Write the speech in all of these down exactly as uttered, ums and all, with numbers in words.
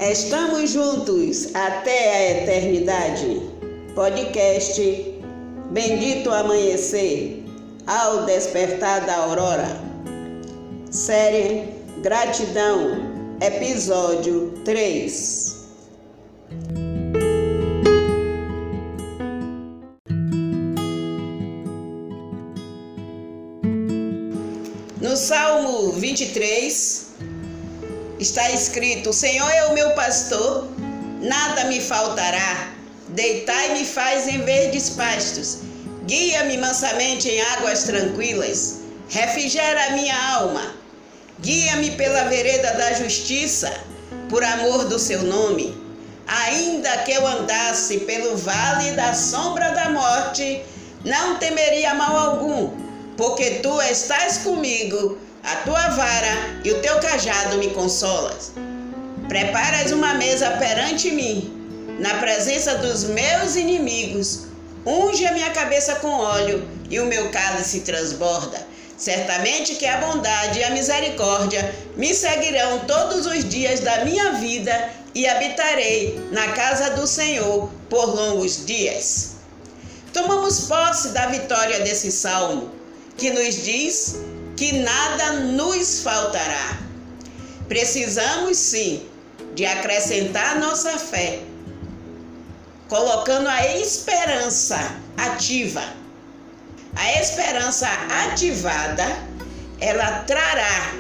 Estamos juntos até a eternidade. Podcast Bendito Amanhecer ao Despertar da Aurora. Série Gratidão, episódio três. No Salmo vinte e três está escrito: o Senhor é o meu pastor, nada me faltará. Deitai-me faz em verdes pastos, guia-me mansamente em águas tranquilas, refrigera a minha alma. Guia-me pela vereda da justiça, por amor do seu nome. Ainda que eu andasse pelo vale da sombra da morte, não temeria mal algum, porque tu estás comigo, a tua vara e o teu cajado me consolas. Preparas uma mesa perante mim, na presença dos meus inimigos. Unge a minha cabeça com óleo e o meu cálice transborda. Certamente que a bondade e a misericórdia me seguirão todos os dias da minha vida e habitarei na casa do Senhor por longos dias. Tomamos posse da vitória desse salmo, que nos diz que nada nos faltará. Precisamos sim de acrescentar nossa fé, colocando a esperança ativa. A esperança ativada, ela trará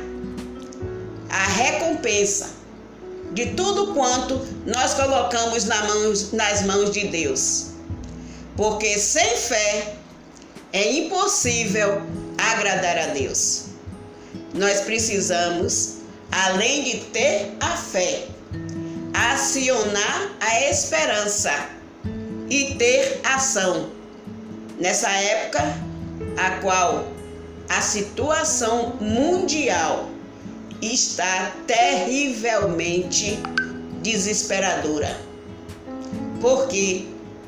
a recompensa de tudo quanto nós colocamos nas mãos, nas mãos de Deus. Porque sem fé é impossível agradar a Deus. Nós precisamos, além de ter a fé, acionar a esperança e ter ação. Nessa época, a qual a situação mundial está terrivelmente desesperadora. Porque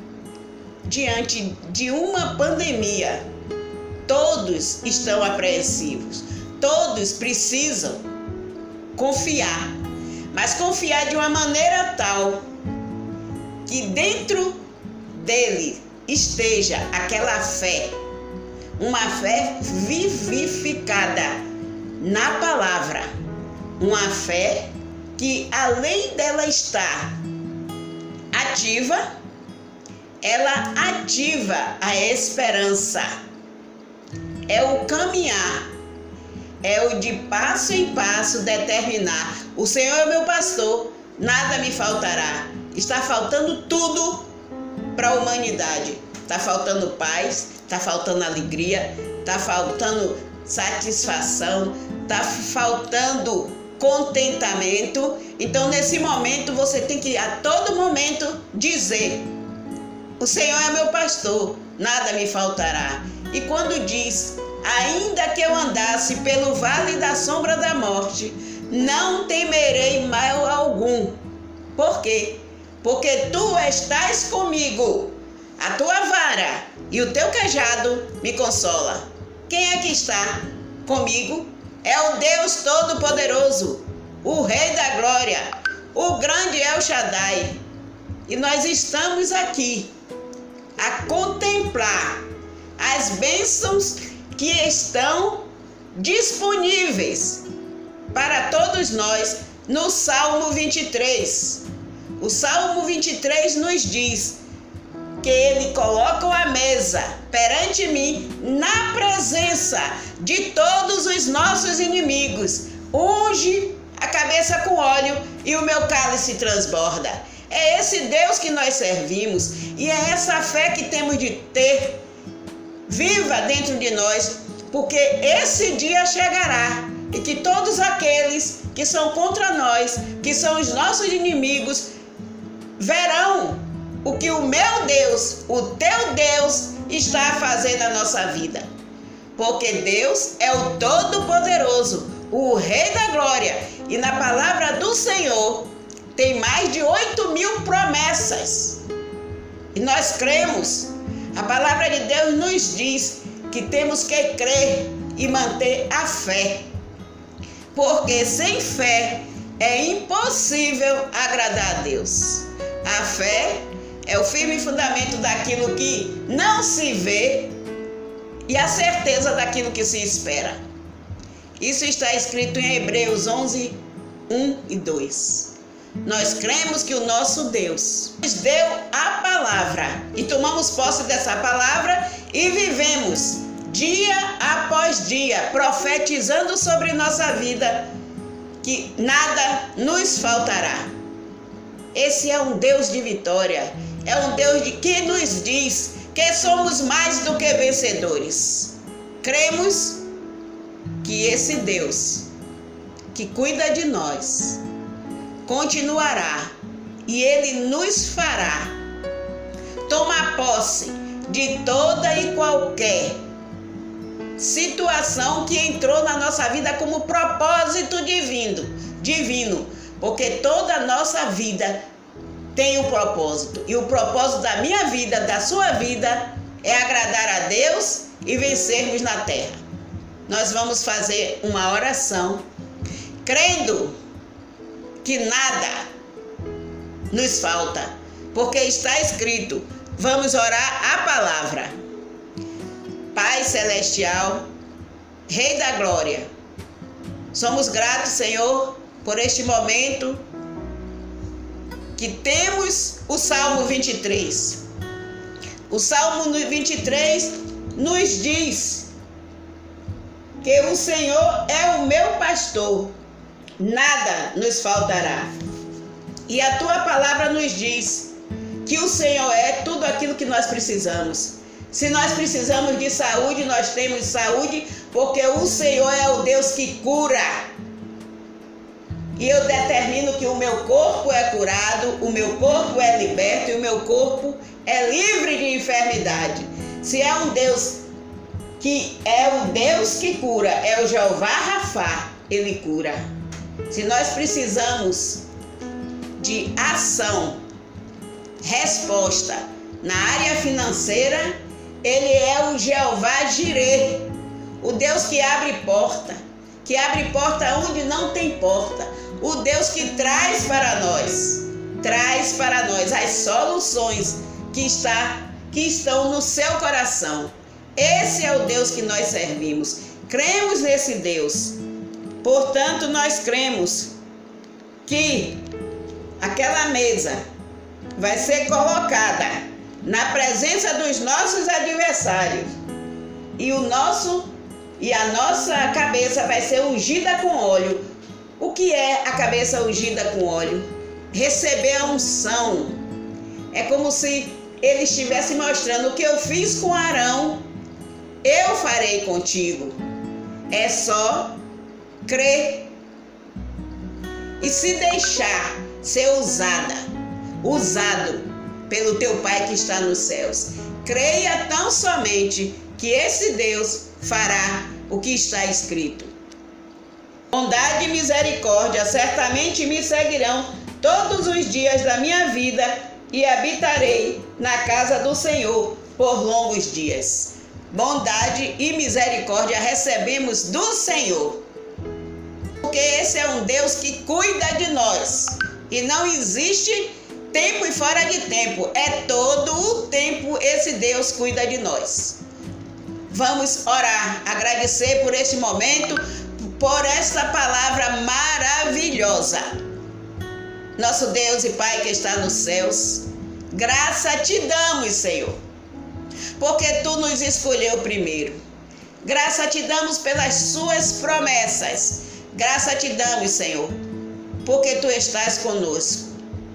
diante de uma pandemia, todos estão apreensivos, todos precisam confiar, mas confiar de uma maneira tal que dentro dele esteja aquela fé, uma fé vivificada na palavra, uma fé que além dela estar ativa, ela ativa a esperança. É o caminhar, é o de passo em passo determinar: o Senhor é meu pastor, nada me faltará. Está faltando tudo para a humanidade. Está faltando paz, está faltando alegria, está faltando satisfação, está faltando contentamento. Então, nesse momento, você tem que a todo momento dizer: o Senhor é meu pastor, nada me faltará. E quando diz: ainda que eu andasse pelo vale da sombra da morte, não temerei mal algum. Por quê? Porque tu estás comigo, a tua vara e o teu cajado me consola. Quem é que está comigo? É o Deus Todo-Poderoso, o Rei da Glória, o grande El Shaddai. E nós estamos aqui a contemplar as bênçãos que estão disponíveis para todos nós no Salmo vinte e três. O Salmo vinte e três nos diz que ele coloca a mesa perante mim na presença de todos os nossos inimigos. Unge a cabeça com óleo e o meu cálice transborda. É esse Deus que nós servimos e é essa fé que temos de ter viva dentro de nós, porque esse dia chegará e que todos aqueles que são contra nós, que são os nossos inimigos, verão o que o meu Deus, o teu Deus, está fazendo na nossa vida. Porque Deus é o Todo-Poderoso, o Rei da Glória, e na palavra do Senhor tem mais de oito mil promessas. E nós cremos. A palavra de Deus nos diz que temos que crer e manter a fé. Porque sem fé é impossível agradar a Deus. A fé é o firme fundamento daquilo que não se vê e a certeza daquilo que se espera. Isso está escrito em Hebreus onze, um e dois. Nós cremos que o nosso Deus nos deu a palavra e tomamos posse dessa palavra e vivemos dia após dia, profetizando sobre nossa vida que nada nos faltará. Esse é um Deus de vitória, é um Deus de, que nos diz que somos mais do que vencedores. Cremos que esse Deus que cuida de nós continuará e Ele nos fará tomar posse de toda e qualquer situação que entrou na nossa vida como propósito divino, divino, porque toda a nossa vida tem um propósito, e o propósito da minha vida, da sua vida, é agradar a Deus e vencermos na terra. Nós vamos fazer uma oração, crendo que nada nos falta, porque está escrito. Vamos orar a palavra. Pai celestial, Rei da glória, somos gratos, Senhor, por este momento que temos o Salmo vinte e três. O Salmo vinte e três nos diz que o Senhor é o meu pastor, nada nos faltará. E a tua palavra nos diz que o Senhor é tudo aquilo que nós precisamos. Se nós precisamos de saúde, nós temos saúde, porque o Senhor é o Deus que cura. E eu determino que o meu corpo é curado, o meu corpo é liberto e o meu corpo é livre de enfermidade. Se é um Deus que é o Deus que cura, é o Jeová Rafá, Ele cura. Se nós precisamos de ação, resposta na área financeira, Ele é o Jeová Jireh, o Deus que abre porta, que abre porta onde não tem porta, o Deus que traz para nós, traz para nós as soluções que, está, que estão no seu coração. Esse é o Deus que nós servimos. Cremos nesse Deus. Portanto, nós cremos que aquela mesa vai ser colocada na presença dos nossos adversários e o nosso e a nossa cabeça vai ser ungida com óleo. O que é a cabeça ungida com óleo? Receber a unção. É como se ele estivesse mostrando: o que eu fiz com Arão, eu farei contigo. É só crer e se deixar ser usada, usado pelo teu Pai que está nos céus. Creia tão somente que esse Deus fará o que está escrito. Bondade e misericórdia certamente me seguirão todos os dias da minha vida e habitarei na casa do Senhor por longos dias. Bondade e misericórdia recebemos do Senhor, porque esse é um Deus que cuida de nós e não existe tempo e fora de tempo, é todo o tempo esse Deus cuida de nós. Vamos orar, agradecer por este momento, por esta palavra maravilhosa. Nosso Deus e Pai que está nos céus, graça te damos, Senhor, porque tu nos escolheu primeiro. Graça te damos pelas suas promessas. Graça te damos, Senhor, porque tu estás conosco.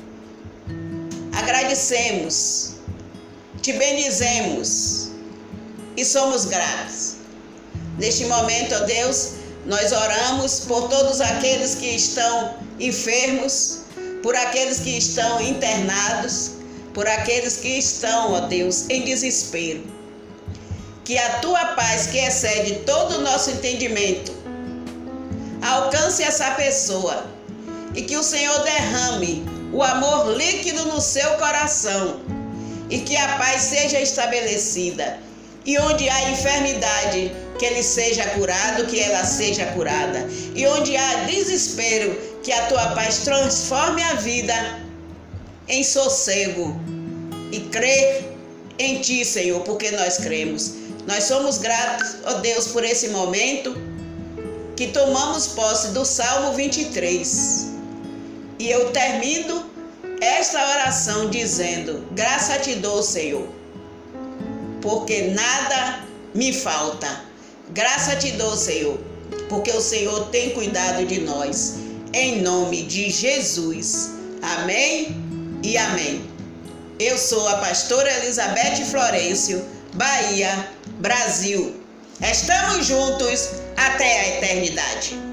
Agradecemos, te bendizemos e somos gratos. Neste momento, ó Deus, nós oramos por todos aqueles que estão enfermos, por aqueles que estão internados, por aqueles que estão, ó Deus, em desespero. Que a tua paz, que excede todo o nosso entendimento, alcance essa pessoa e que o Senhor derrame o amor líquido no seu coração e que a paz seja estabelecida. E onde há enfermidade, que ele seja curado, que ela seja curada. E onde há desespero, que a tua paz transforme a vida em sossego. E crer em ti, Senhor, porque nós cremos. Nós somos gratos, ó Deus, por esse momento que tomamos posse do Salmo vinte e três. E eu termino esta oração dizendo: graça te dou, Senhor, porque nada me falta. Graça te dou, Senhor, porque o Senhor tem cuidado de nós. Em nome de Jesus. Amém e amém. Eu sou a pastora Elizabeth Florencio, Bahia, Brasil. Estamos juntos até a eternidade.